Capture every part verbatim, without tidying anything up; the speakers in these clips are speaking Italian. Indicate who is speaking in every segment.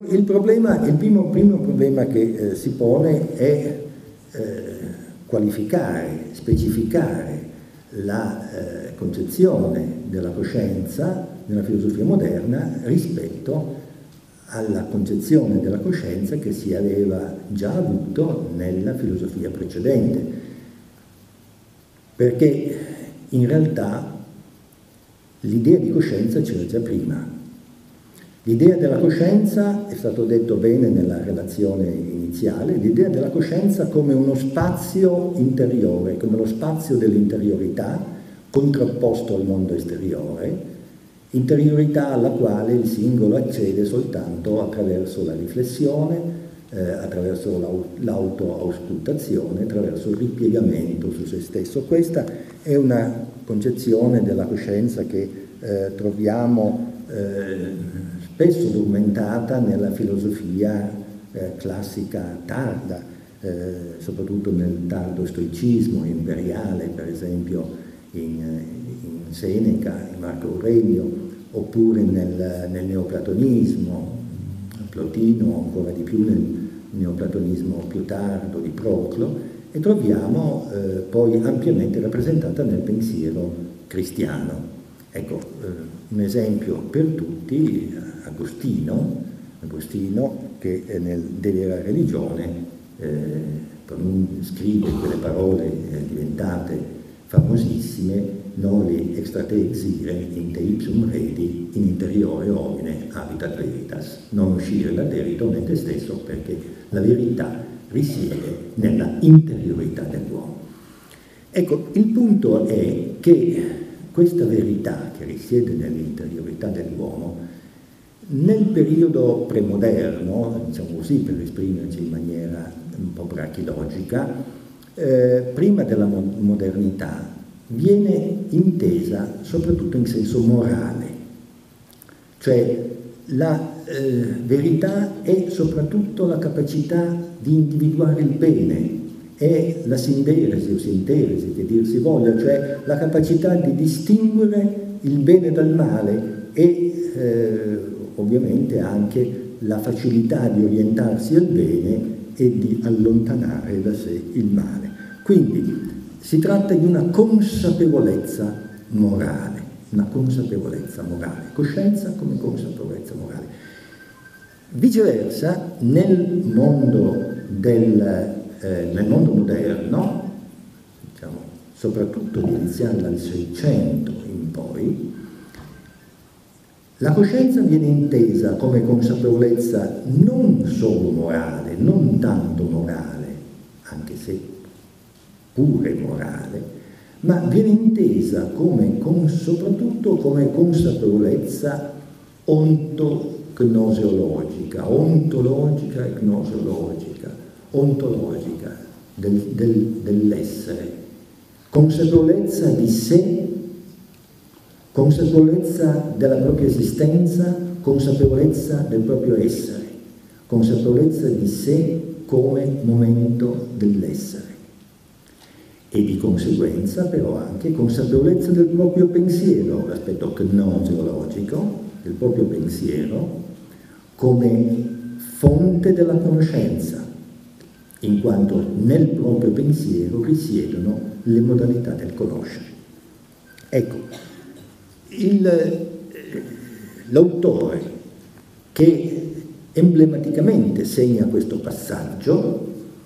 Speaker 1: il, problema, il primo, primo problema che eh, si pone è eh, qualificare, specificare la eh, concezione della coscienza nella filosofia moderna rispetto alla concezione della coscienza che si aveva già avuto nella filosofia precedente, perché in realtà l'idea di coscienza c'era già prima. L'idea della coscienza, è stato detto bene nella relazione iniziale, l'idea della coscienza come uno spazio interiore, come lo spazio dell'interiorità contrapposto al mondo esteriore, interiorità alla quale il singolo accede soltanto attraverso la riflessione, eh, attraverso l'autoauscultazione, attraverso il ripiegamento su se stesso. Questa è una concezione della coscienza che eh, troviamo eh, spesso documentata nella filosofia eh, classica tarda, eh, soprattutto nel tardo stoicismo imperiale, per esempio in, in Seneca, in Marco Aurelio, oppure nel, nel neoplatonismo, Plotino, ancora di più nel neoplatonismo più tardo di Proclo, e troviamo eh, poi ampiamente rappresentata nel pensiero cristiano. Ecco, eh, un esempio per tutti, Agostino, Agostino che nel De Vera Religione eh, scrive quelle parole eh, diventate famosissime: noli extra te exire in te ipsum redi in interiore homine habitat veritas. Non uscire da te, ritorna in te stesso, perché la verità risiede nella interiorità dell'uomo. Ecco, il punto è che questa verità che risiede nell'interiorità dell'uomo, nel periodo premoderno, diciamo così per esprimerci in maniera un po' brachilogica, eh, prima della mo- modernità, viene intesa soprattutto in senso morale, cioè la eh, verità è soprattutto la capacità di individuare il bene, è la sinderesi o sinteresi che dir si voglia, cioè la capacità di distinguere il bene dal male e eh, ovviamente anche la facilità di orientarsi al bene e di allontanare da sé il male. Quindi si tratta di una consapevolezza morale, una consapevolezza morale, coscienza come consapevolezza morale. Viceversa, nel mondo del Eh, nel mondo moderno, diciamo, soprattutto iniziando dal Seicento in poi, la coscienza viene intesa come consapevolezza non solo morale, non tanto morale, anche se pure morale, ma viene intesa come, con, soprattutto come consapevolezza ontognoseologica, ontologica e gnoseologica, ontologica del, del, dell'essere, consapevolezza di sé, consapevolezza della propria esistenza, consapevolezza del proprio essere, consapevolezza di sé come momento dell'essere e di conseguenza però anche consapevolezza del proprio pensiero, l'aspetto gnoseologico del proprio pensiero come fonte della conoscenza, in quanto nel proprio pensiero risiedono le modalità del conoscere. Ecco, il, l'autore che emblematicamente segna questo passaggio,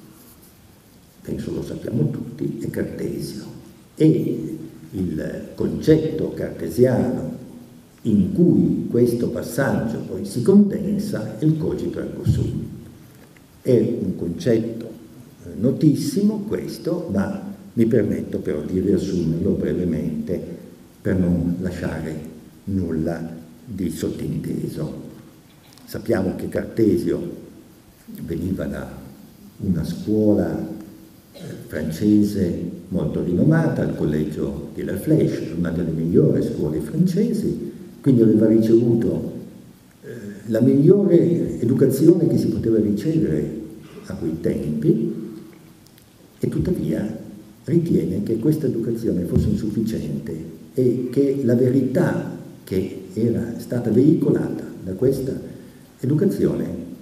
Speaker 1: penso lo sappiamo tutti, è Cartesio, e il concetto cartesiano in cui questo passaggio poi si condensa è il cogito ergo sum. È un concetto notissimo questo, ma mi permetto però di riassumerlo brevemente per non lasciare nulla di sottinteso. Sappiamo che Cartesio veniva da una scuola francese molto rinomata, il collegio di La Flèche, una delle migliori scuole francesi, quindi aveva ricevuto la migliore educazione che si poteva ricevere a quei tempi, e tuttavia ritiene che questa educazione fosse insufficiente e che la verità che era stata veicolata da questa educazione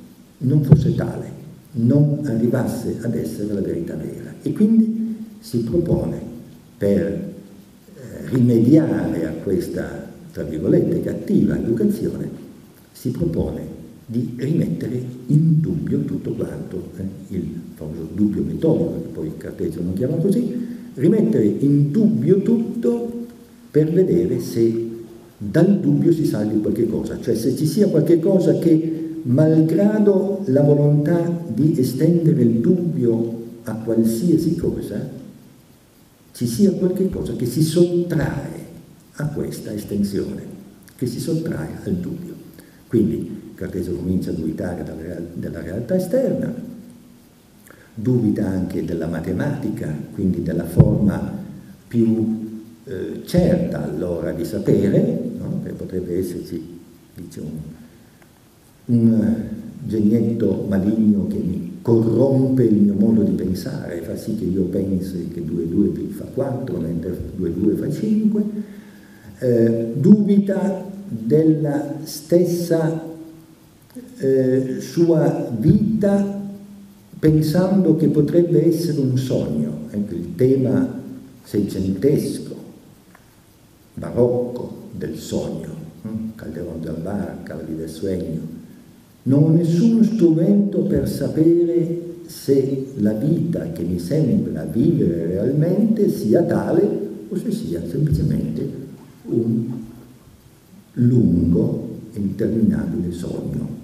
Speaker 1: non fosse tale, non arrivasse ad essere la verità vera. E quindi si propone, per eh, rimediare a questa, tra virgolette, cattiva educazione, si propone di rimettere in dubbio tutto quanto, eh, il famoso dubbio metodico, che poi Cartesio non chiama così, rimettere in dubbio tutto per vedere se dal dubbio si salvi qualche cosa, cioè se ci sia qualche cosa che, malgrado la volontà di estendere il dubbio a qualsiasi cosa, ci sia qualche cosa che si sottrae a questa estensione, che si sottrae al dubbio. Quindi Cartesio comincia a dubitare della, della realtà esterna, dubita anche della matematica, quindi della forma più eh, certa allora di sapere, no? Che potrebbe esserci, dice, un, un genietto maligno che mi corrompe il mio modo di pensare, fa sì che io pensi che due e due fa quattro, mentre due e due fa cinque, eh, dubita della stessa eh, sua vita, pensando che potrebbe essere un sogno. Ecco il tema seicentesco, barocco del sogno, Calderón de Albarca, la vita del sogno. Non ho nessun strumento per sapere se la vita che mi sembra vivere realmente sia tale o se sia semplicemente un lungo e interminabile sogno.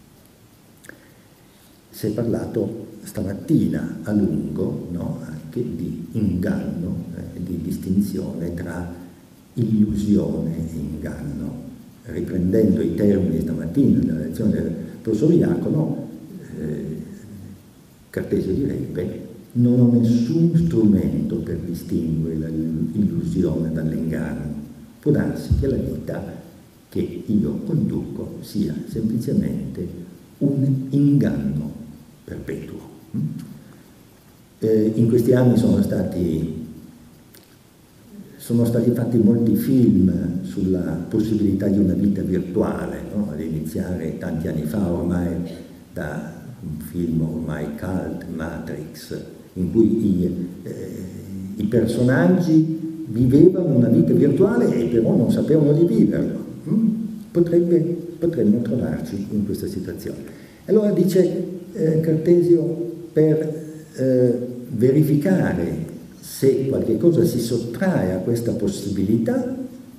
Speaker 1: Si è parlato stamattina a lungo, no, anche di inganno, eh, di distinzione tra illusione e inganno. Riprendendo i termini stamattina della lezione del professor Iacono, eh, Cartesio direbbe: non ho nessun strumento per distinguere l'illusione dall'inganno. Può darsi che la vita che io conduco sia semplicemente un inganno perpetuo. Eh, in questi anni sono stati, sono stati fatti molti film sulla possibilità di una vita virtuale, no? Ad iniziare tanti anni fa ormai da un film ormai cult, Matrix, in cui i, eh, i personaggi vivevano una vita virtuale e però non sapevano di viverlo. Potrebbe, potremmo trovarci in questa situazione. Allora dice eh, Cartesio, per eh, verificare se qualche cosa si sottrae a questa possibilità,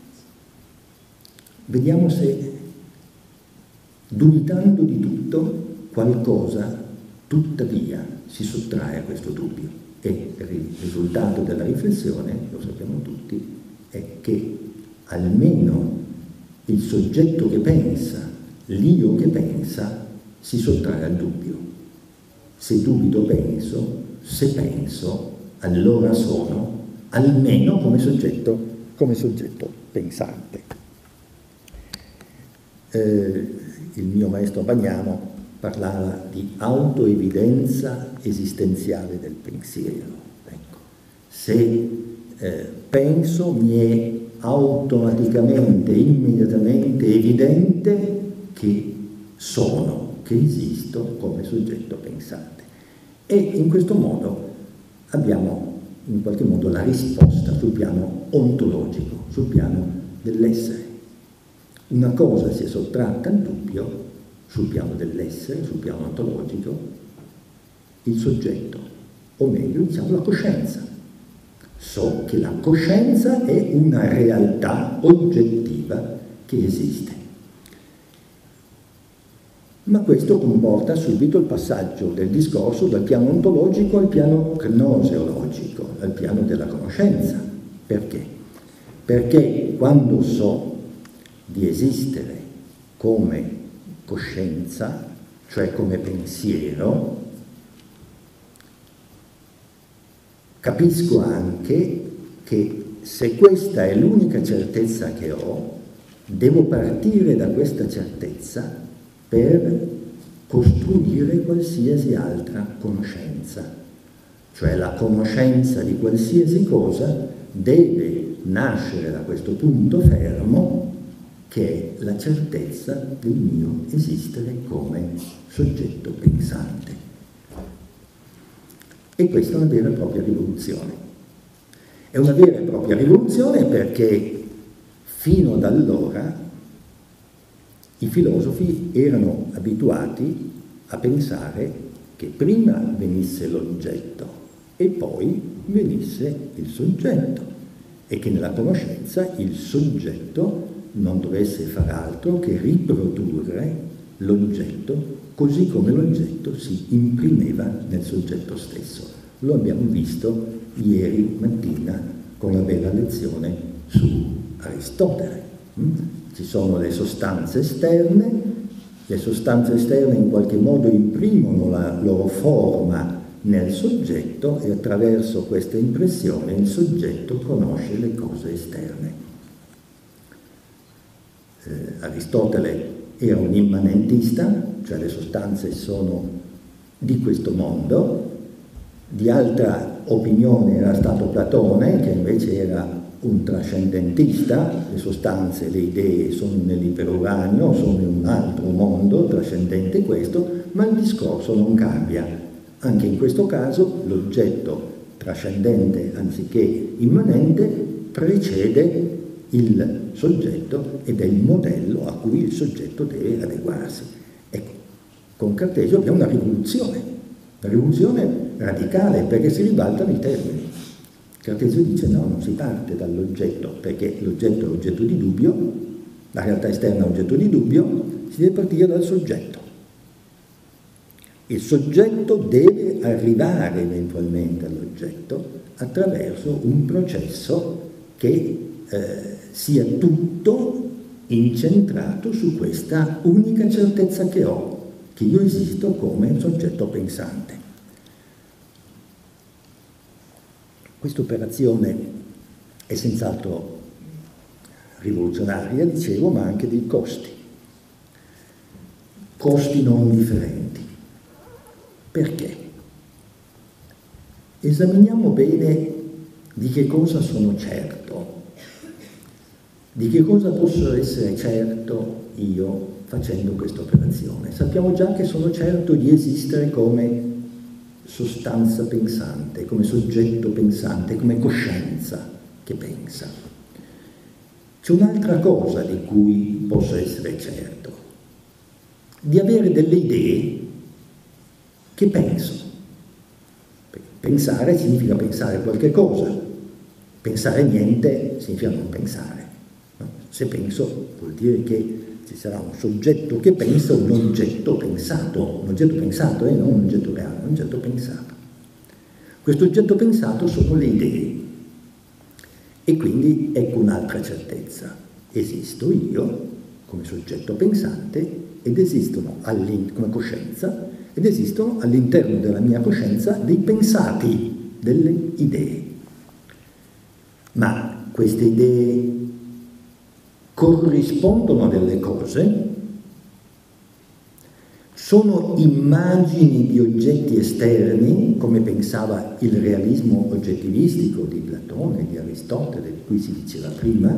Speaker 1: vediamo se, dubitando di tutto, qualcosa tuttavia si sottrae a questo dubbio. E il risultato della riflessione, lo sappiamo tutti, è che almeno il soggetto che pensa, l'io che pensa, si sottrae al dubbio. Se dubito penso, se penso, allora sono, almeno come soggetto, come soggetto pensante. Eh, il mio maestro Bagnano parlava di autoevidenza esistenziale del pensiero. Ecco, se eh, penso mi è automaticamente, immediatamente evidente che sono, che esisto come soggetto pensante. E in questo modo abbiamo in qualche modo la risposta sul piano ontologico, sul piano dell'essere. Una cosa si è sottratta al dubbio sul piano dell'essere, sul piano ontologico, il soggetto, o meglio diciamo la coscienza. So che la coscienza è una realtà oggettiva che esiste. Ma questo comporta subito il passaggio del discorso dal piano ontologico al piano gnoseologico, al piano della conoscenza. Perché? Perché quando so di esistere come coscienza, cioè come pensiero, capisco anche che se questa è l'unica certezza che ho, devo partire da questa certezza per costruire qualsiasi altra conoscenza. Cioè la conoscenza di qualsiasi cosa deve nascere da questo punto fermo che è la certezza del mio esistere come soggetto pensante. E questa è una vera e propria rivoluzione. È una vera e propria rivoluzione perché fino ad allora i filosofi erano abituati a pensare che prima venisse l'oggetto e poi venisse il soggetto, e che nella conoscenza il soggetto non dovesse far altro che riprodurre l'oggetto così come l'oggetto si imprimeva nel soggetto stesso. Lo abbiamo visto ieri mattina con la bella lezione su Aristotele. Ci sono le sostanze esterne, le sostanze esterne in qualche modo imprimono la loro forma nel soggetto e attraverso questa impressione il soggetto conosce le cose esterne. Eh, Aristotele era un immanentista, cioè le sostanze sono di questo mondo. Di altra opinione era stato Platone, che invece era un trascendentista, le sostanze, le idee sono nell'iperuranio, sono in un altro mondo, trascendente questo, ma il discorso non cambia. Anche in questo caso l'oggetto trascendente anziché immanente precede il soggetto ed è il modello a cui il soggetto deve adeguarsi. Ecco, con Cartesio abbiamo una rivoluzione, una rivoluzione radicale perché si ribaltano i termini. Cartesio dice no, non si parte dall'oggetto perché l'oggetto è oggetto di dubbio, la realtà esterna è oggetto di dubbio, si deve partire dal soggetto. Il soggetto deve arrivare eventualmente all'oggetto attraverso un processo che eh, sia tutto incentrato su questa unica certezza che ho, che io esisto come soggetto pensante. Questa operazione è senz'altro rivoluzionaria, dicevo, ma ha anche dei costi, costi non differenti. Perché? Esaminiamo bene di che cosa sono certo, di che cosa posso essere certo io facendo questa operazione. Sappiamo già che sono certo di esistere come sostanza pensante, come soggetto pensante, come coscienza che pensa. C'è un'altra cosa di cui posso essere certo, di avere delle idee che penso. Pensare significa pensare qualche cosa, pensare niente significa non pensare. No? Se penso vuol dire che ci sarà un soggetto che pensa, un oggetto pensato, un oggetto pensato, eh, non un oggetto reale, un oggetto pensato. Questo oggetto pensato sono le idee. E quindi ecco un'altra certezza. Esisto io come soggetto pensante ed esistono come coscienza ed esistono all'interno della mia coscienza dei pensati, delle idee. Ma queste idee corrispondono a delle cose? Sono immagini di oggetti esterni, come pensava il realismo oggettivistico di Platone, di Aristotele, di cui si diceva prima?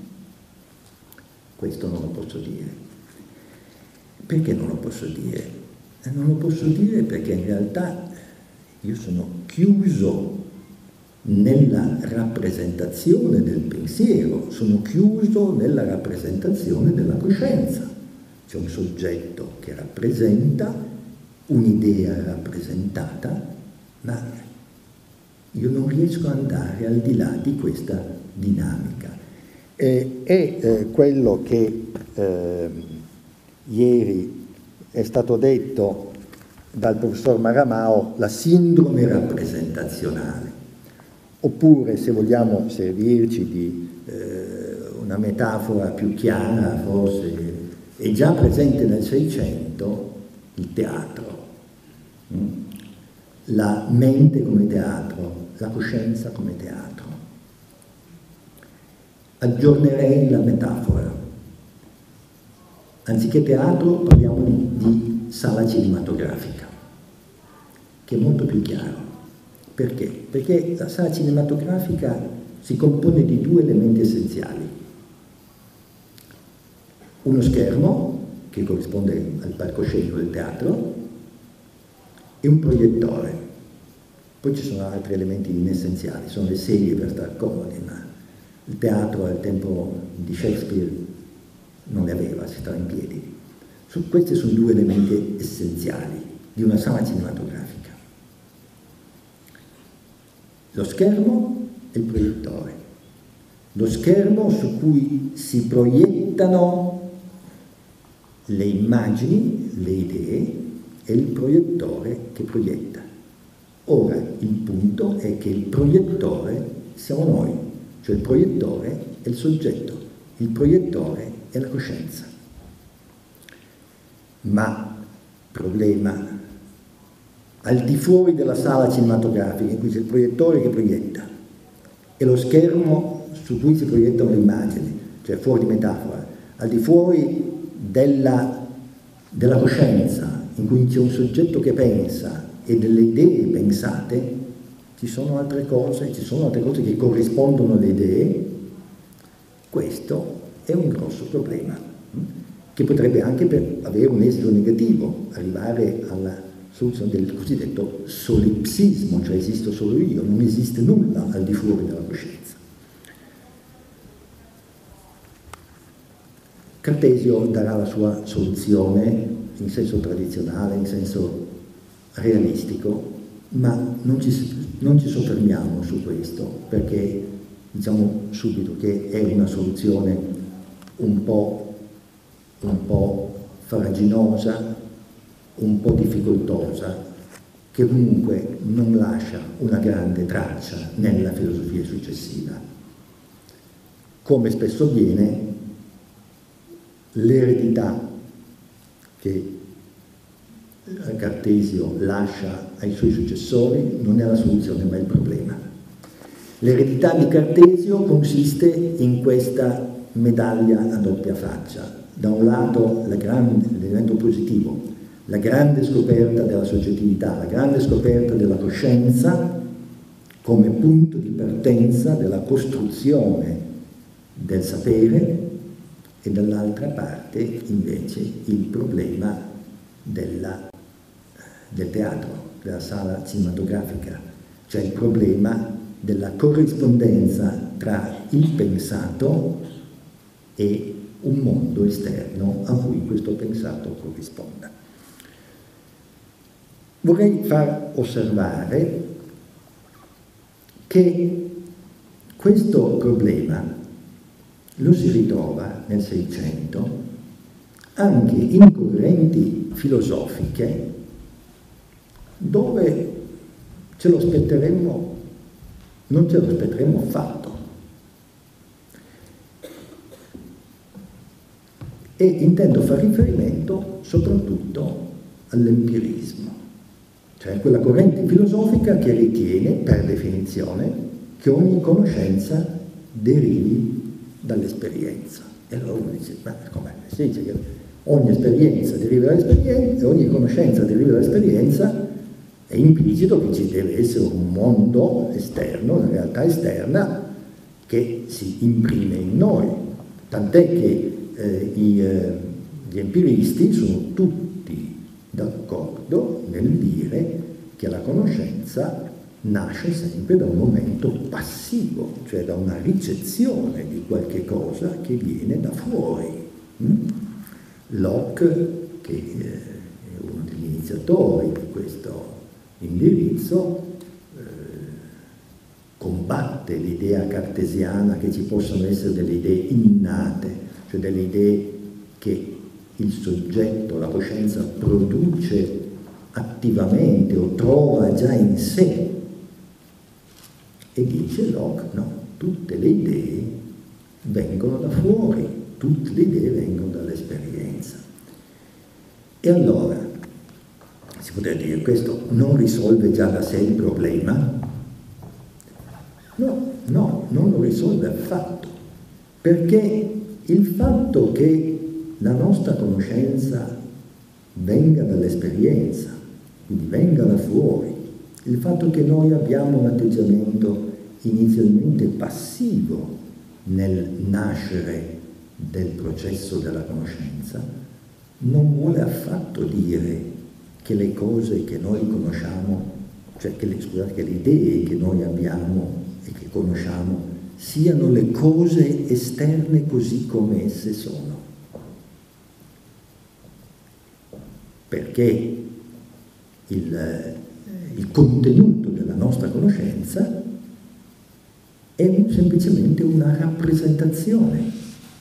Speaker 1: Questo non lo posso dire. Perché non lo posso dire? Non lo posso dire perché in realtà io sono chiuso nella rappresentazione del pensiero, sono chiuso nella rappresentazione della coscienza. C'è un soggetto che rappresenta, un'idea rappresentata, ma io non riesco ad andare al di là di questa dinamica. Eh, è eh, quello che eh, ieri è stato detto dal professor Maramao, la sindrome rappresentazionale, oppure, se vogliamo servirci di eh, una metafora più chiara, forse è già presente nel Seicento il teatro, la mente come teatro, la coscienza come teatro. Aggiornerei la metafora. Anziché teatro parliamo di, di sala cinematografica, che è molto più chiaro. Perché? Perché la sala cinematografica si compone di due elementi essenziali. uno schermo, che corrisponde al palcoscenico del teatro, e un proiettore. Poi ci sono altri elementi inessenziali, sono le sedie per star comodi, ma il teatro al tempo di Shakespeare non le aveva, si stava in piedi. Su, questi sono due elementi essenziali di una sala cinematografica: lo schermo e il proiettore. Lo schermo su cui si proiettano le immagini, le idee, e il proiettore che proietta. Ora, il punto è che il proiettore siamo noi, cioè il proiettore è il soggetto, il proiettore è la coscienza. Ma, problema, al di fuori della sala cinematografica, in cui c'è il proiettore che proietta, e lo schermo su cui si proiettano le immagini, cioè fuori di metafora, al di fuori della, della coscienza, in cui c'è un soggetto che pensa e delle idee pensate, ci sono altre cose, ci sono altre cose che corrispondono alle idee. Questo è un grosso problema, che potrebbe anche per avere un esito negativo, arrivare alla soluzione del cosiddetto solipsismo, cioè esisto solo io, non esiste nulla al di fuori della coscienza. Cartesio darà la sua soluzione in senso tradizionale, in senso realistico, ma non ci, non ci soffermiamo su questo, perché diciamo subito che è una soluzione un po', un po' farraginosa, un po' difficoltosa, che comunque non lascia una grande traccia nella filosofia successiva. Come spesso avviene, l'eredità che Cartesio lascia ai suoi successori non è la soluzione, ma è il problema. L'eredità di Cartesio consiste in questa medaglia a doppia faccia. Da un lato l'elemento positivo, la grande scoperta della soggettività, la grande scoperta della coscienza come punto di partenza della costruzione del sapere, e dall'altra parte invece il problema della, del teatro, della sala cinematografica, cioè il problema della corrispondenza tra il pensato e un mondo esterno a cui questo pensato corrisponda. Vorrei far osservare che questo problema lo si ritrova nel Seicento anche in correnti filosofiche dove ce lo aspetteremmo, non ce lo aspetteremmo affatto. E intendo fare riferimento soprattutto all'empirismo, cioè quella corrente filosofica che ritiene, per definizione, che ogni conoscenza derivi dall'esperienza. E allora uno dice, ma come? Si dice che ogni esperienza deriva dall'esperienza, e ogni conoscenza deriva dall'esperienza, è implicito che ci deve essere un mondo esterno, una realtà esterna che si imprime in noi. Tant'è che eh, i, eh, gli empiristi sono tutti d'accordo nel dire che la conoscenza nasce sempre da un momento passivo, cioè da una ricezione di qualche cosa che viene da fuori. Locke, che è uno degli iniziatori di questo indirizzo, eh, combatte l'idea cartesiana che ci possono essere delle idee innate, cioè delle idee che il soggetto, la coscienza, produce attivamente o trova già in sé. E dice Locke, no, tutte le idee vengono da fuori, tutte le idee vengono dall'esperienza. E allora, si potrebbe dire, questo non risolve già da sé il problema? No, no, non lo risolve affatto, perché il fatto che la nostra conoscenza venga dall'esperienza, quindi venga da fuori, il fatto che noi abbiamo un atteggiamento inizialmente passivo nel nascere del processo della conoscenza non vuole affatto dire che le cose che noi conosciamo, cioè che le, scusate, che le idee che noi abbiamo e che conosciamo siano le cose esterne così come esse sono. Perché il, il contenuto della nostra conoscenza è semplicemente una rappresentazione,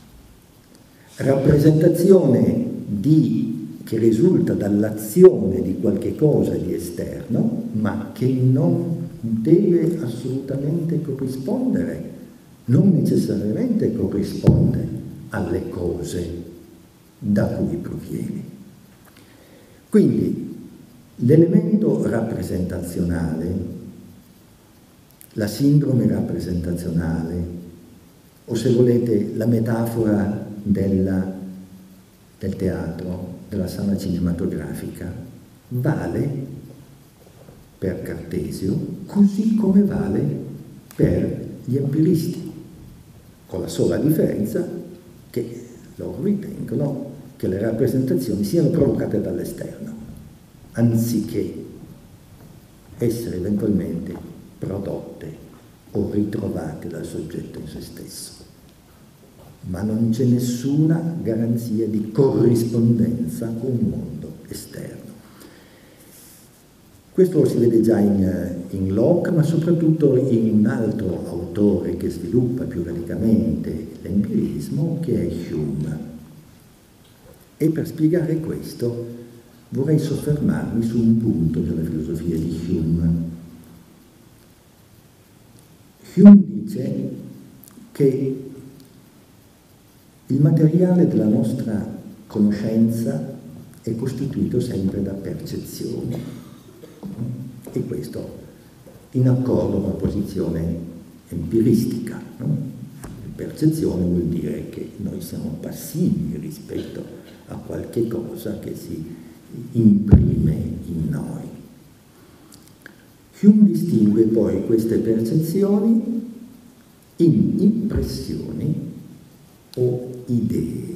Speaker 1: rappresentazione di, che risulta dall'azione di qualche cosa di esterno, ma che non deve assolutamente corrispondere, non necessariamente corrisponde alle cose da cui proviene. Quindi l'elemento rappresentazionale, la sindrome rappresentazionale, o se volete la metafora della, del teatro, della sala cinematografica, vale per Cartesio così come vale per gli empiristi, con la sola differenza che loro ritengono che le rappresentazioni siano provocate dall'esterno, anziché essere eventualmente prodotte o ritrovate dal soggetto in se stesso. Ma non c'è nessuna garanzia di corrispondenza con un mondo esterno. Questo lo si vede già in, in Locke, ma soprattutto in un altro autore che sviluppa più radicalmente l'empirismo, che è Hume. E per spiegare questo vorrei soffermarmi su un punto della filosofia di Hume. Hume dice che il materiale della nostra conoscenza è costituito sempre da percezioni, e questo in accordo con la posizione empiristica, no? Percezione vuol dire che noi siamo passivi rispetto a qualche cosa che si imprime in noi. Hume distingue poi queste percezioni in impressioni o idee.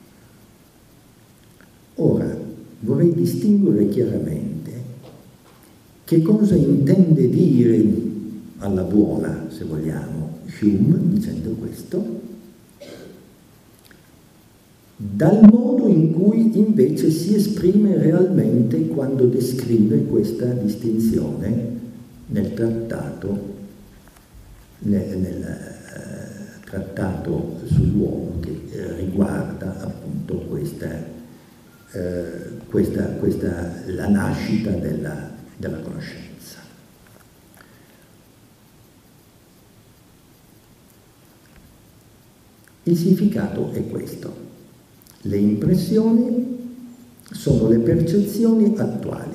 Speaker 1: Ora, vorrei distinguere chiaramente che cosa intende dire alla buona, se vogliamo, Hume, dicendo questo, dal modo in cui invece si esprime realmente quando descrive questa distinzione nel trattato, nel, nel uh, trattato sull'uomo che uh, riguarda appunto questa, uh, questa, questa, la nascita della, della conoscenza. Il significato è questo: le impressioni sono le percezioni attuali.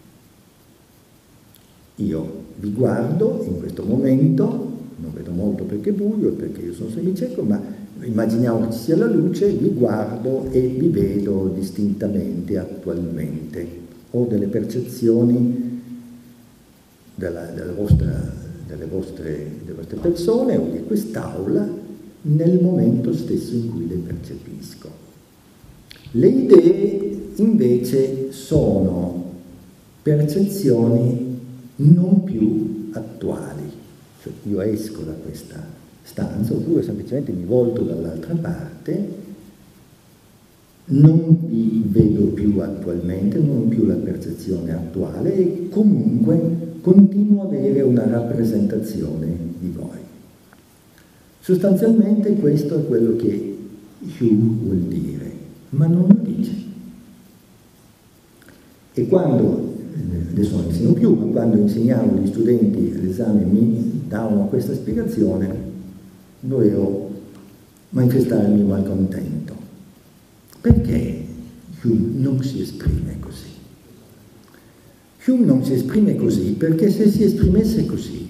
Speaker 1: Io vi guardo in questo momento, non vedo molto perché è buio, perché io sono semicieco, ma immaginiamo che ci sia la luce, vi guardo e vi vedo distintamente attualmente. Ho delle percezioni della, della vostra, delle, vostre, delle vostre persone o di quest'aula nel momento stesso in cui le percepisco. Le idee invece sono percezioni non più attuali, cioè io esco da questa stanza oppure semplicemente mi volto dall'altra parte, non vi vedo più attualmente, non ho più la percezione attuale e comunque continuo ad avere una rappresentazione di voi. Sostanzialmente questo è quello che Hume vuol dire, ma non lo dice. E quando, adesso non insegno più, ma quando insegnavo agli studenti all'esame mi davano questa spiegazione, dovevo manifestare il mio malcontento. Perché Hume non si esprime così? Hume non si esprime così perché se si esprimesse così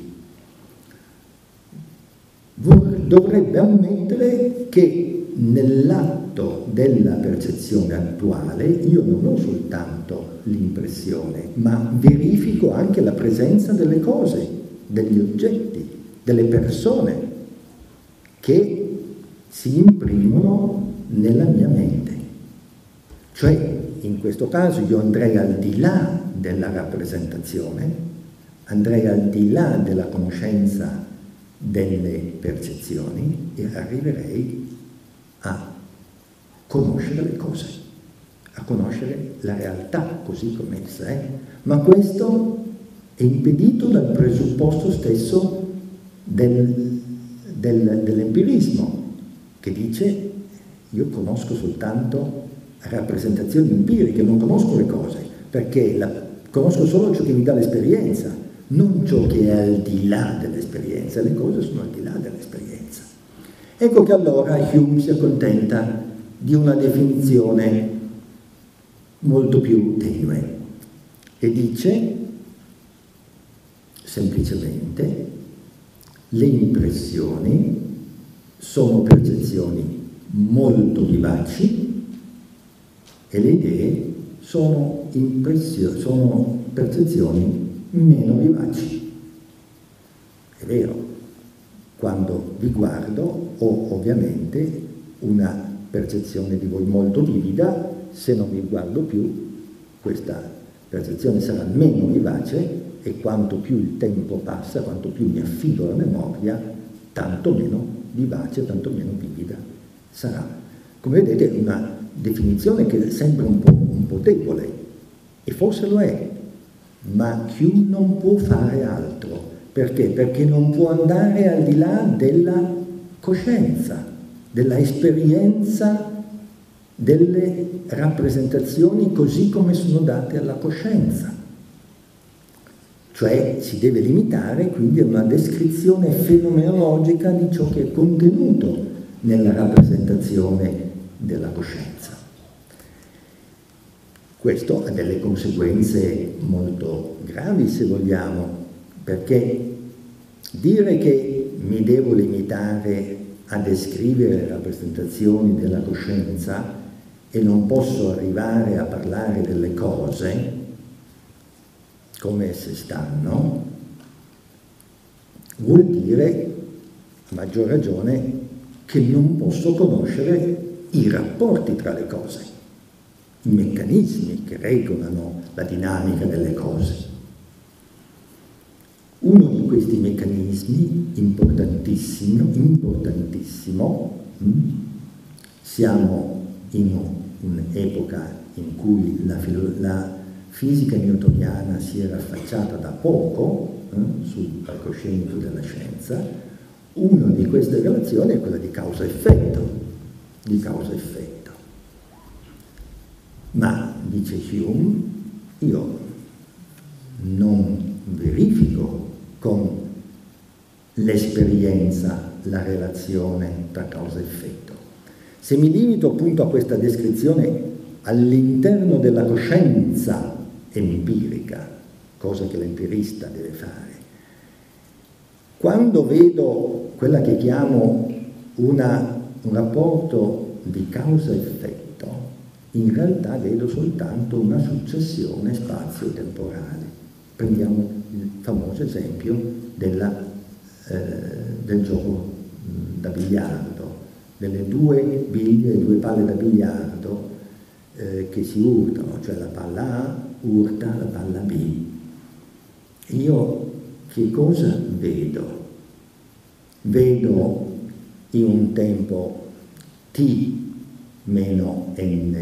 Speaker 1: dovrebbe ammettere che nell'atto della percezione attuale io non ho soltanto l'impressione, ma verifico anche la presenza delle cose, degli oggetti, delle persone che si imprimono nella mia mente. Cioè, in questo caso io andrei al di là della rappresentazione, andrei al di là della conoscenza delle percezioni e arriverei a conoscere le cose, a conoscere la realtà così come essa è. Ma questo è impedito dal presupposto stesso del, del, dell'empirismo, che dice io conosco soltanto rappresentazioni empiriche, non conosco le cose, perché la, conosco solo ciò che mi dà l'esperienza, non ciò che è al di là dell'esperienza. Le cose sono al di là dell'esperienza. Ecco che allora Hume si accontenta di una definizione molto più tenue e dice semplicemente: le impressioni sono percezioni molto vivaci e le idee sono, sono percezioni meno vivaci. È vero, quando vi guardo ho ovviamente una percezione di voi molto vivida, se non vi guardo più questa percezione sarà meno vivace e quanto più il tempo passa, quanto più mi affido alla memoria, tanto meno vivace, tanto meno vivida sarà. Come vedete è una definizione che sembra un po', un po' debole, e forse lo è, ma Hume non può fare altro. Perché? Perché non può andare al di là della coscienza, della esperienza delle rappresentazioni così come sono date alla coscienza. Cioè si deve limitare quindi a una descrizione fenomenologica di ciò che è contenuto nella rappresentazione della coscienza. Questo ha delle conseguenze molto gravi, se vogliamo, perché dire che mi devo limitare a descrivere le rappresentazioni della coscienza e non posso arrivare a parlare delle cose come esse stanno, vuol dire, a maggior ragione, che non posso conoscere i rapporti tra le cose, i meccanismi che regolano la dinamica delle cose. Uno di questi meccanismi, importantissimo, importantissimo, siamo in un'epoca in cui la, la fisica newtoniana si era affacciata da poco eh, sul palcoscenico della scienza. Una di queste relazioni è quella di causa-effetto, di causa-effetto. Ma, dice Hume, io non verifico con l'esperienza la relazione tra causa e effetto. Se mi limito appunto a questa descrizione all'interno della coscienza empirica, cosa che l'empirista deve fare, quando vedo quella che chiamo una, un rapporto di causa-effetto, in realtà vedo soltanto una successione spazio-temporale. Prendiamo il famoso esempio della, eh, del gioco da biliardo, delle due biglie, due palle da biliardo eh, che si urtano, cioè la palla A urta la palla B. Io che cosa vedo? Vedo in un tempo t meno n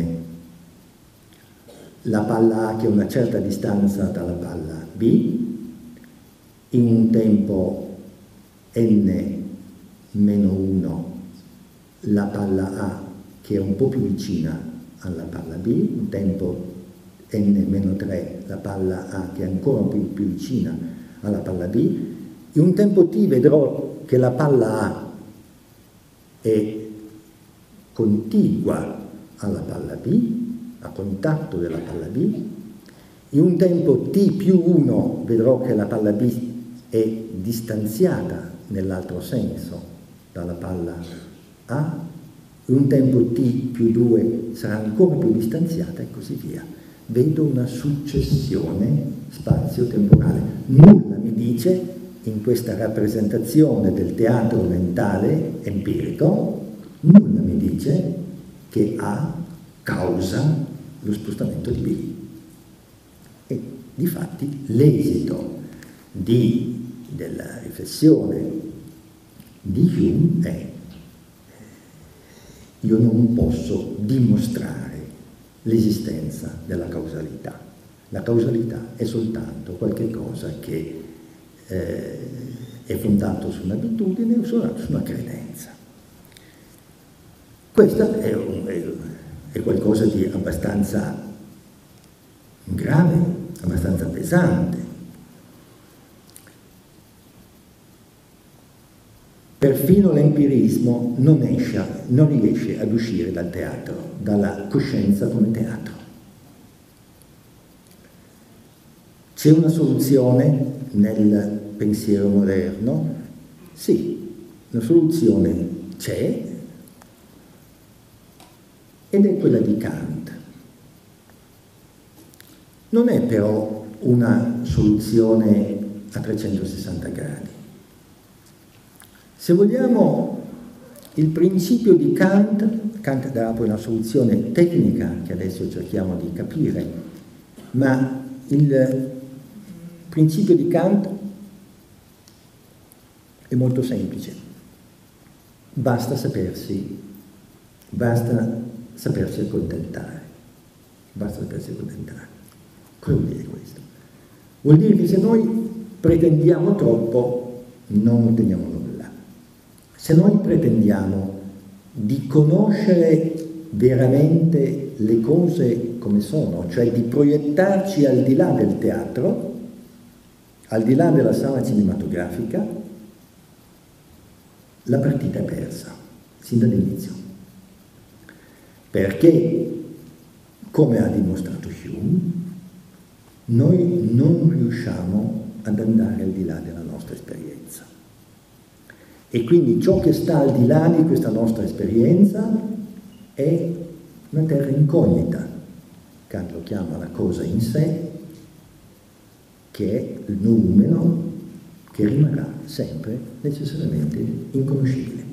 Speaker 1: la palla A che è una certa distanza dalla palla B, in un tempo n meno uno la palla A che è un po' più vicina alla palla B, un tempo n meno tre la palla A che è ancora più, più vicina alla palla B, in un tempo t vedrò che la palla A è contigua alla palla B, a contatto della palla B, in un tempo t più uno vedrò che la palla B è distanziata nell'altro senso dalla palla A, in un tempo t più due sarà ancora più distanziata e così via. Vedo una successione spazio-temporale. Nulla mi dice in questa rappresentazione del teatro mentale empirico, nulla mi dice che ha causa lo spostamento di Billy. E difatti l'esito di, della riflessione di Hume è: io non posso dimostrare l'esistenza della causalità. La causalità è soltanto qualche cosa che eh, è fondato su un'abitudine o su una credenza. Questo è, un, è, è qualcosa di abbastanza grave, abbastanza pesante. Perfino l'empirismo non, esce, non riesce ad uscire dal teatro, dalla coscienza come teatro. C'è una soluzione nel pensiero moderno? Sì, la soluzione c'è ed è quella di Kant. Non è però una soluzione a trecentosessanta gradi. Se vogliamo, il principio di Kant, Kant darà poi una soluzione tecnica che adesso cerchiamo di capire, ma il principio di Kant è molto semplice. Basta sapersi, basta sapersi accontentare. Basta sapersi accontentare. Cosa vuol dire questo? Vuol dire che se noi pretendiamo troppo, non otteniamo nulla. Se noi pretendiamo di conoscere veramente le cose come sono, cioè di proiettarci al di là del teatro, al di là della sala cinematografica, la partita è persa, sin dall'inizio. Perché, come ha dimostrato Hume, noi non riusciamo ad andare al di là della nostra esperienza. E quindi ciò che sta al di là di questa nostra esperienza è una terra incognita. Kant lo chiama la cosa in sé, che è il noumeno, che rimarrà sempre necessariamente inconoscibile.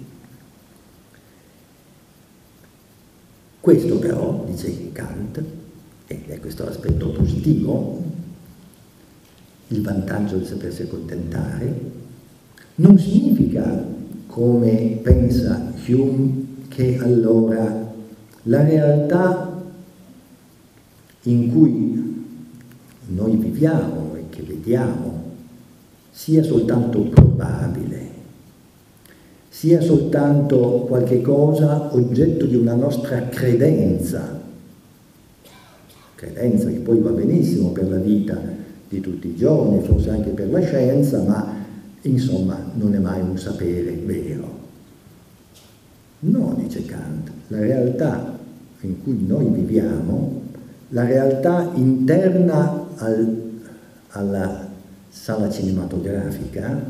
Speaker 1: Questo però, dice Kant, ed è questo l'aspetto positivo, il vantaggio di sapersi accontentare, non significa, come pensa Hume, che allora la realtà in cui noi viviamo e che vediamo sia soltanto probabile, sia soltanto qualche cosa oggetto di una nostra credenza, credenza che poi va benissimo per la vita di tutti i giorni, forse anche per la scienza, ma insomma non è mai un sapere vero. No, dice Kant, la realtà in cui noi viviamo, la realtà interna al, alla sala cinematografica,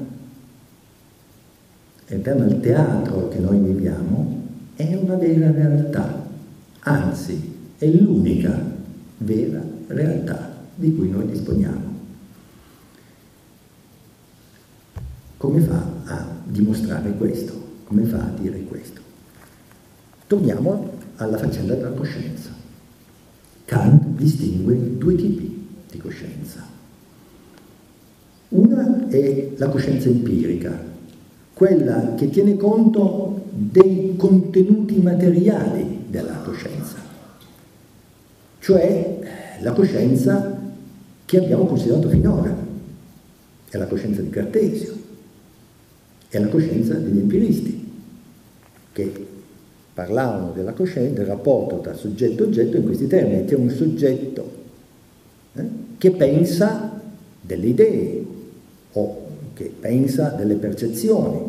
Speaker 1: interna al teatro che noi viviamo, è una vera realtà, anzi è l'unica vera realtà di cui noi disponiamo. Come fa a dimostrare questo? Come fa a dire questo? Torniamo alla faccenda della coscienza. Kant distingue due tipi di coscienza. Una è la coscienza empirica, quella che tiene conto dei contenuti materiali della coscienza, cioè la coscienza che abbiamo considerato finora, è la coscienza di Cartesio, è la coscienza degli empiristi, che parlavano della coscienza, del rapporto tra soggetto e oggetto in questi termini. C'è un soggetto eh, che pensa delle idee o che pensa delle percezioni.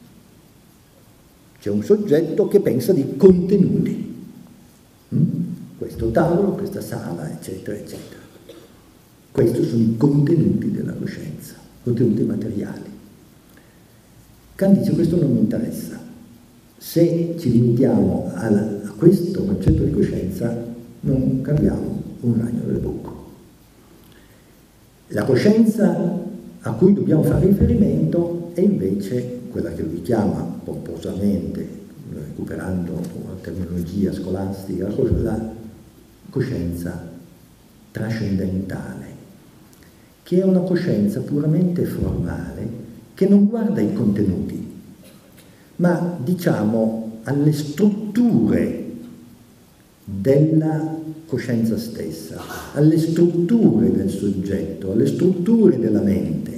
Speaker 1: C'è un soggetto che pensa di contenuti. Mm? Questo tavolo, questa sala, eccetera, eccetera. Questi sono i contenuti della coscienza, contenuti materiali. Kant dice: questo non mi interessa. Se ci limitiamo a questo concetto di coscienza, non cambiamo un ragno del buco. La coscienza a cui dobbiamo fare riferimento è invece quella che lui chiama pomposamente recuperando la terminologia scolastica, la coscienza trascendentale, che è una coscienza puramente formale che non guarda i contenuti, ma diciamo alle strutture della coscienza stessa, alle strutture del soggetto, alle strutture della mente.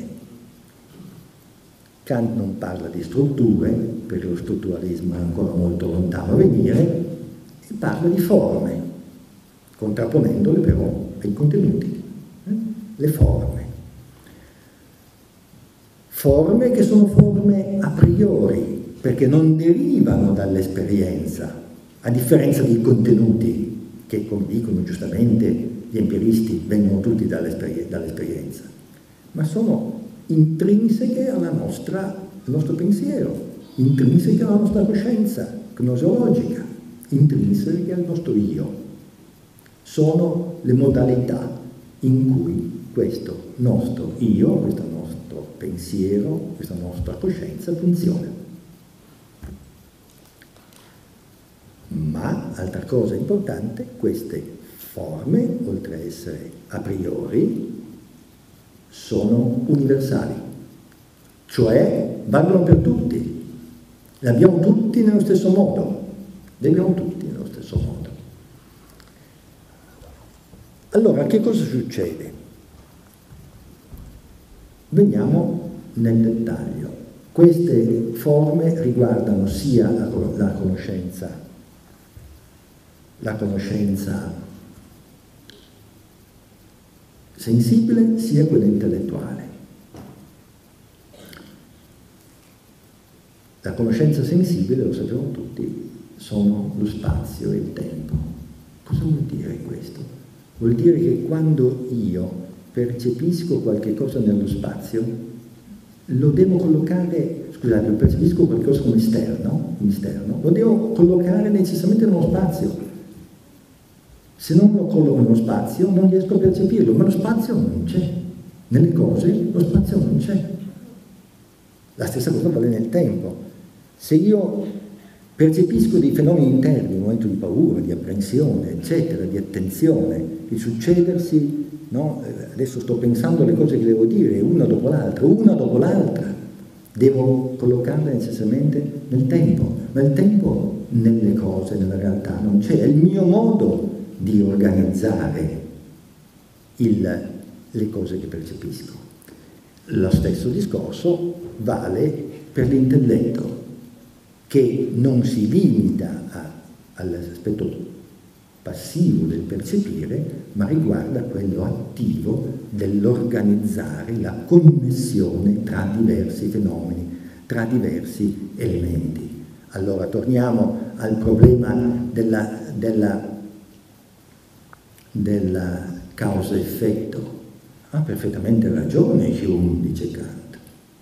Speaker 1: Kant non parla di strutture, perché lo strutturalismo è ancora molto lontano a venire, e parla di forme, contrapponendole però ai contenuti, eh? Le forme. Forme che sono forme a priori, perché non derivano dall'esperienza, a differenza dei contenuti, che, come dicono giustamente gli empiristi, vengono tutti dall'esperienza, ma sono intrinseche alla nostra, al nostro pensiero, intrinseche alla nostra coscienza gnoseologica, intrinseche al nostro io. Sono le modalità in cui questo nostro io, questo nostro pensiero, questa nostra coscienza funziona. Ma, altra cosa importante, queste forme, oltre a essere a priori, sono universali, cioè valgono per tutti, le abbiamo tutti nello stesso modo, le abbiamo tutti nello stesso modo. Allora, che cosa succede? Veniamo nel dettaglio. Queste forme riguardano sia la, la conoscenza, la conoscenza sensibile sia quella intellettuale. La conoscenza sensibile, lo sappiamo tutti, sono lo spazio e il tempo. Cosa vuol dire questo? Vuol dire che quando io percepisco qualche cosa nello spazio, lo devo collocare, scusate, percepisco qualcosa come esterno, esterno, lo devo collocare necessariamente nello spazio. Se non lo colloco nello spazio non riesco a percepirlo, ma lo spazio non c'è. Nelle cose lo spazio non c'è. La stessa cosa vale nel tempo. Se io percepisco dei fenomeni interni, un momento di paura, di apprensione, eccetera, di attenzione, di succedersi, no? Adesso sto pensando alle cose che devo dire, una dopo l'altra, una dopo l'altra, devo collocarle necessariamente nel tempo, ma il tempo nelle cose, nella realtà non c'è, è il mio modo di organizzare il, le cose che percepisco. Lo stesso discorso vale per l'intelletto, che non si limita a, all'aspetto passivo del percepire, ma riguarda quello attivo dell'organizzare la connessione tra diversi fenomeni, tra diversi elementi. Allora torniamo al problema della, della della causa-effetto. Ha perfettamente ragione Hume, dice Kant.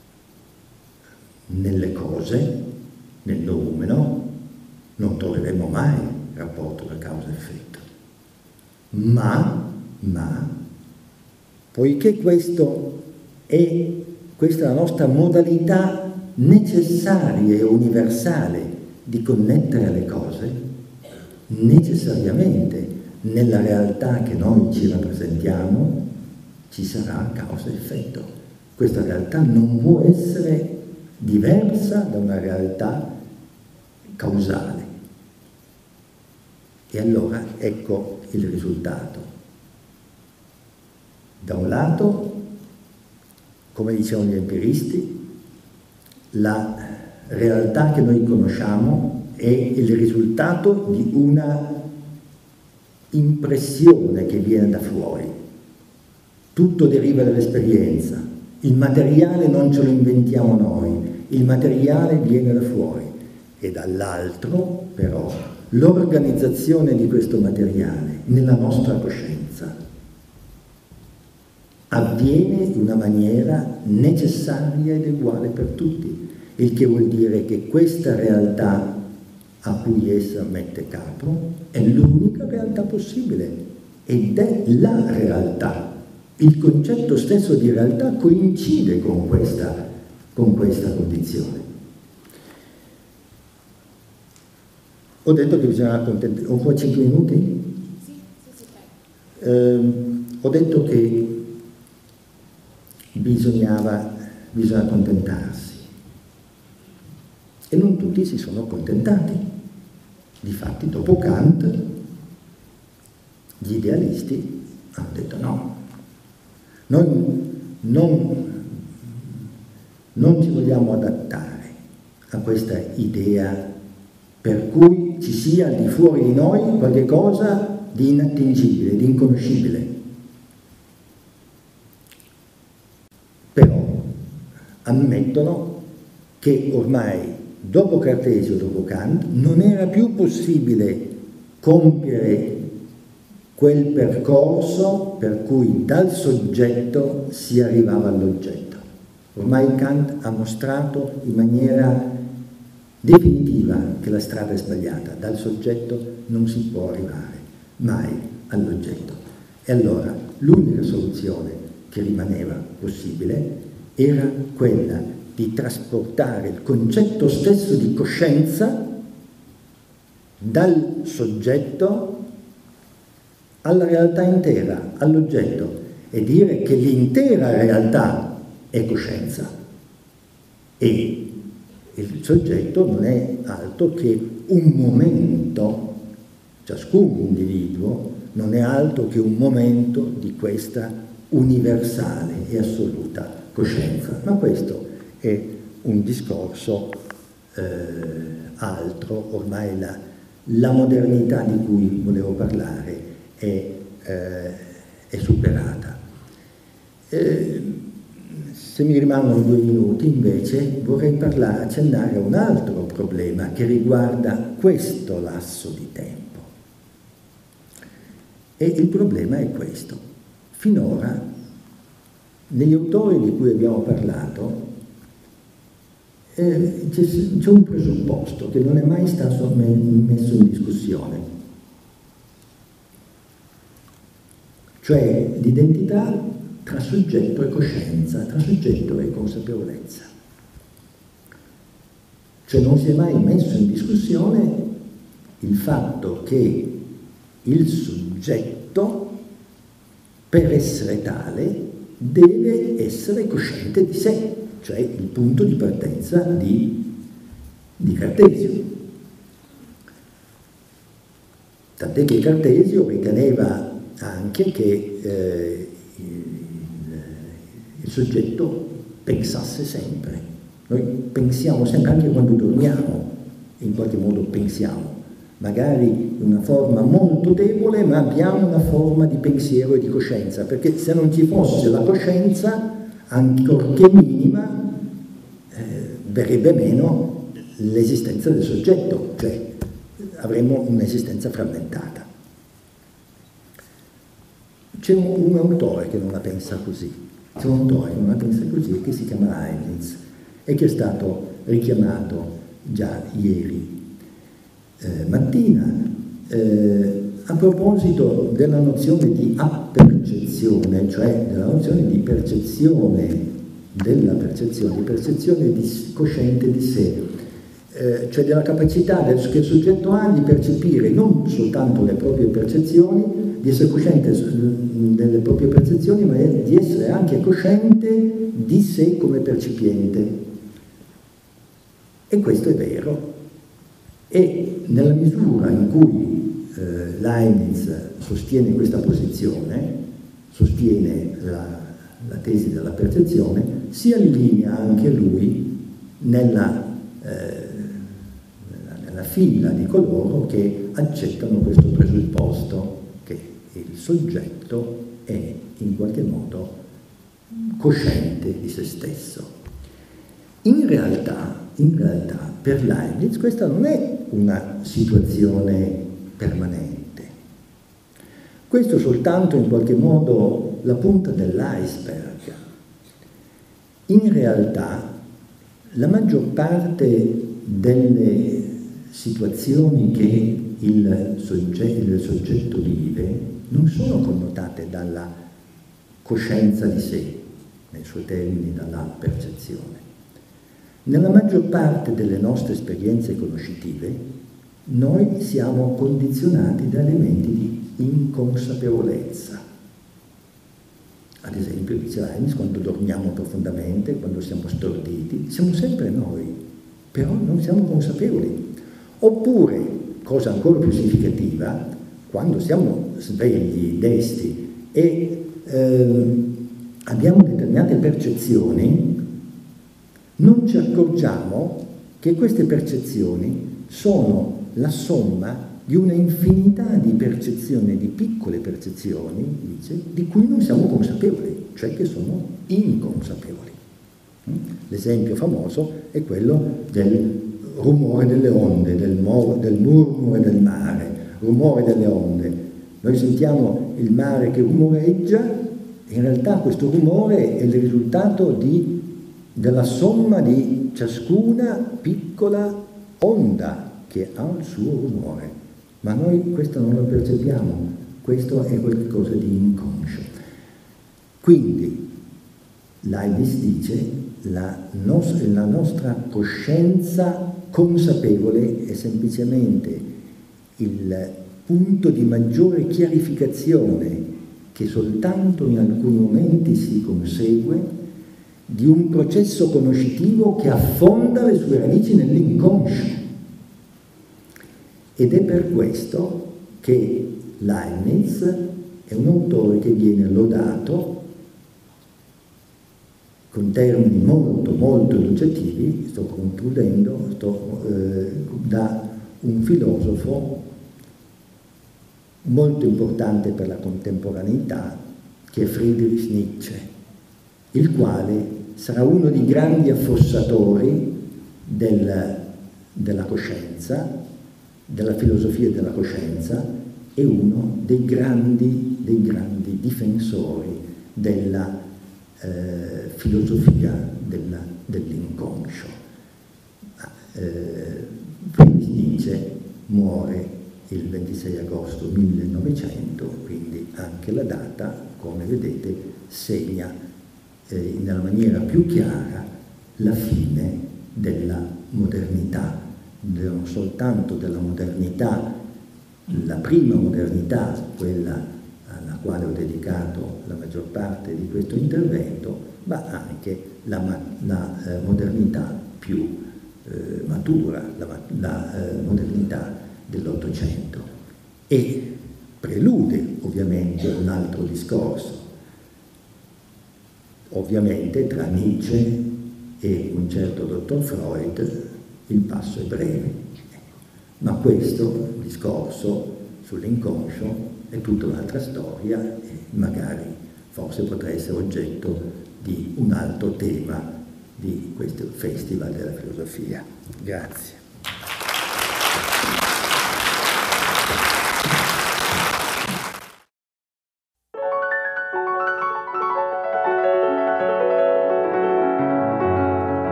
Speaker 1: Nelle cose, nel noumeno, non troveremo mai il rapporto tra causa-effetto. Ma, ma, poiché questo è, questa è la nostra modalità necessaria e universale di connettere le cose, necessariamente nella realtà che noi ci rappresentiamo ci sarà causa-effetto. Questa realtà non può essere diversa da una realtà causale. E allora ecco il risultato. Da un lato, come dicevano gli empiristi, la realtà che noi conosciamo è il risultato di una impressione che viene da fuori. Tutto deriva dall'esperienza. Il materiale non ce lo inventiamo noi, il materiale viene da fuori. E dall'altro, però, l'organizzazione di questo materiale nella nostra coscienza avviene in una maniera necessaria ed uguale per tutti, il che vuol dire che questa realtà a cui essa mette capo è l'unica realtà possibile ed è la realtà. Il concetto stesso di realtà coincide con questa, con questa condizione. Ho detto che bisogna accontentarsi. Ho ancora cinque minuti?
Speaker 2: Sì, sì, sì, prego.
Speaker 1: Eh, ho detto che bisognava, bisogna accontentarsi. E non tutti si sono accontentati. Difatti, dopo Kant, gli idealisti hanno detto no, noi non, non ci vogliamo adattare a questa idea per cui ci sia al di fuori di noi qualche cosa di inattingibile, di inconoscibile. Però ammettono che ormai dopo Cartesio, dopo Kant, non era più possibile compiere quel percorso per cui dal soggetto si arrivava all'oggetto. Ormai Kant ha mostrato in maniera definitiva che la strada è sbagliata, dal soggetto non si può arrivare mai all'oggetto. E allora l'unica soluzione che rimaneva possibile era quella di trasportare il concetto stesso di coscienza dal soggetto alla realtà intera, all'oggetto, e dire che l'intera realtà è coscienza e il soggetto non è altro che un momento, ciascun individuo non è altro che un momento di questa universale e assoluta coscienza. Ma questo è un discorso eh, altro, ormai la, la modernità di cui volevo parlare è, eh, è superata. Eh, se mi rimangono due minuti invece vorrei parlare, accennare a un altro problema che riguarda questo lasso di tempo. E il problema è questo. Finora, negli autori di cui abbiamo parlato, eh, c'è un presupposto che non è mai stato messo in discussione, cioè l'identità tra soggetto e coscienza, tra soggetto e consapevolezza. Cioè non si è mai messo in discussione il fatto che il soggetto, per essere tale, deve essere cosciente di sé, cioè il punto di partenza di, di Cartesio. Tant'è che Cartesio riteneva anche che eh, il soggetto pensasse sempre. Noi pensiamo sempre, anche quando dormiamo, in qualche modo pensiamo, magari in una forma molto debole, ma abbiamo una forma di pensiero e di coscienza, perché se non ci fosse la coscienza, ancorché minima, eh, verrebbe meno l'esistenza del soggetto, cioè avremmo un'esistenza frammentata. C'è un, un autore che non la pensa così. C'è un autore che non la pensa così, che si chiama Leibniz e che è stato richiamato già ieri eh, mattina eh, a proposito della nozione di appercezione, cioè della nozione di percezione della percezione, di percezione di, cosciente di sé, eh, cioè della capacità del, che il soggetto ha di percepire non soltanto le proprie percezioni, di essere cosciente delle proprie percezioni, ma di essere anche cosciente di sé come percipiente. E questo è vero. E nella misura in cui eh, Leibniz sostiene questa posizione, sostiene la, la tesi della percezione, si allinea anche lui nella, eh, nella, nella fila di coloro che accettano questo presupposto, il soggetto è in qualche modo cosciente di se stesso. In realtà, in realtà per Leibniz questa non è una situazione permanente. Questo è soltanto in qualche modo la punta dell'iceberg. In realtà la maggior parte delle situazioni che il soggetto, il soggetto vive non sono connotate dalla coscienza di sé, nei suoi termini, dalla percezione. Nella maggior parte delle nostre esperienze conoscitive, noi siamo condizionati da elementi di inconsapevolezza. Ad esempio, diceva Leibniz, quando dormiamo profondamente, quando siamo storditi, siamo sempre noi, però non siamo consapevoli. Oppure, cosa ancora più significativa, quando siamo svegli, desti e eh, abbiamo determinate percezioni, non ci accorgiamo che queste percezioni sono la somma di una infinità di percezioni, di piccole percezioni, dice, di cui non siamo consapevoli, cioè che sono inconsapevoli. L'esempio famoso è quello del rumore delle onde, del, del murmure del mare, rumore delle onde. Noi sentiamo il mare che rumoreggia, e in realtà questo rumore è il risultato di, della somma di ciascuna piccola onda che ha il suo rumore. Ma noi questo non lo percepiamo, questo è qualcosa di inconscio. Quindi Leibniz dice la, nos- la nostra coscienza consapevole è semplicemente il punto di maggiore chiarificazione che soltanto in alcuni momenti si consegue di un processo conoscitivo che affonda le sue radici nell'inconscio. Ed è per questo che Leibniz è un autore che viene lodato con termini molto, molto elogiativi, sto concludendo, sto, eh, da un filosofo molto importante per la contemporaneità, che è Friedrich Nietzsche, il quale sarà uno dei grandi affossatori del, della coscienza, della filosofia della coscienza, e uno dei grandi, dei grandi difensori della eh, filosofia della, dell'inconscio. Eh, Friedrich Nietzsche muore il ventisei agosto millenovecento, quindi anche la data, come vedete, segna eh, nella maniera più chiara la fine della modernità, non soltanto della modernità, la prima modernità, quella alla quale ho dedicato la maggior parte di questo intervento, ma anche la, la eh, modernità più eh, matura, la, la eh, modernità dell'Ottocento, e prelude ovviamente un altro discorso, ovviamente tra Nietzsche e un certo dottor Freud il passo è breve, ma questo discorso sull'inconscio è tutta un'altra storia e magari forse potrà essere oggetto di un altro tema di questo Festival della Filosofia. Grazie.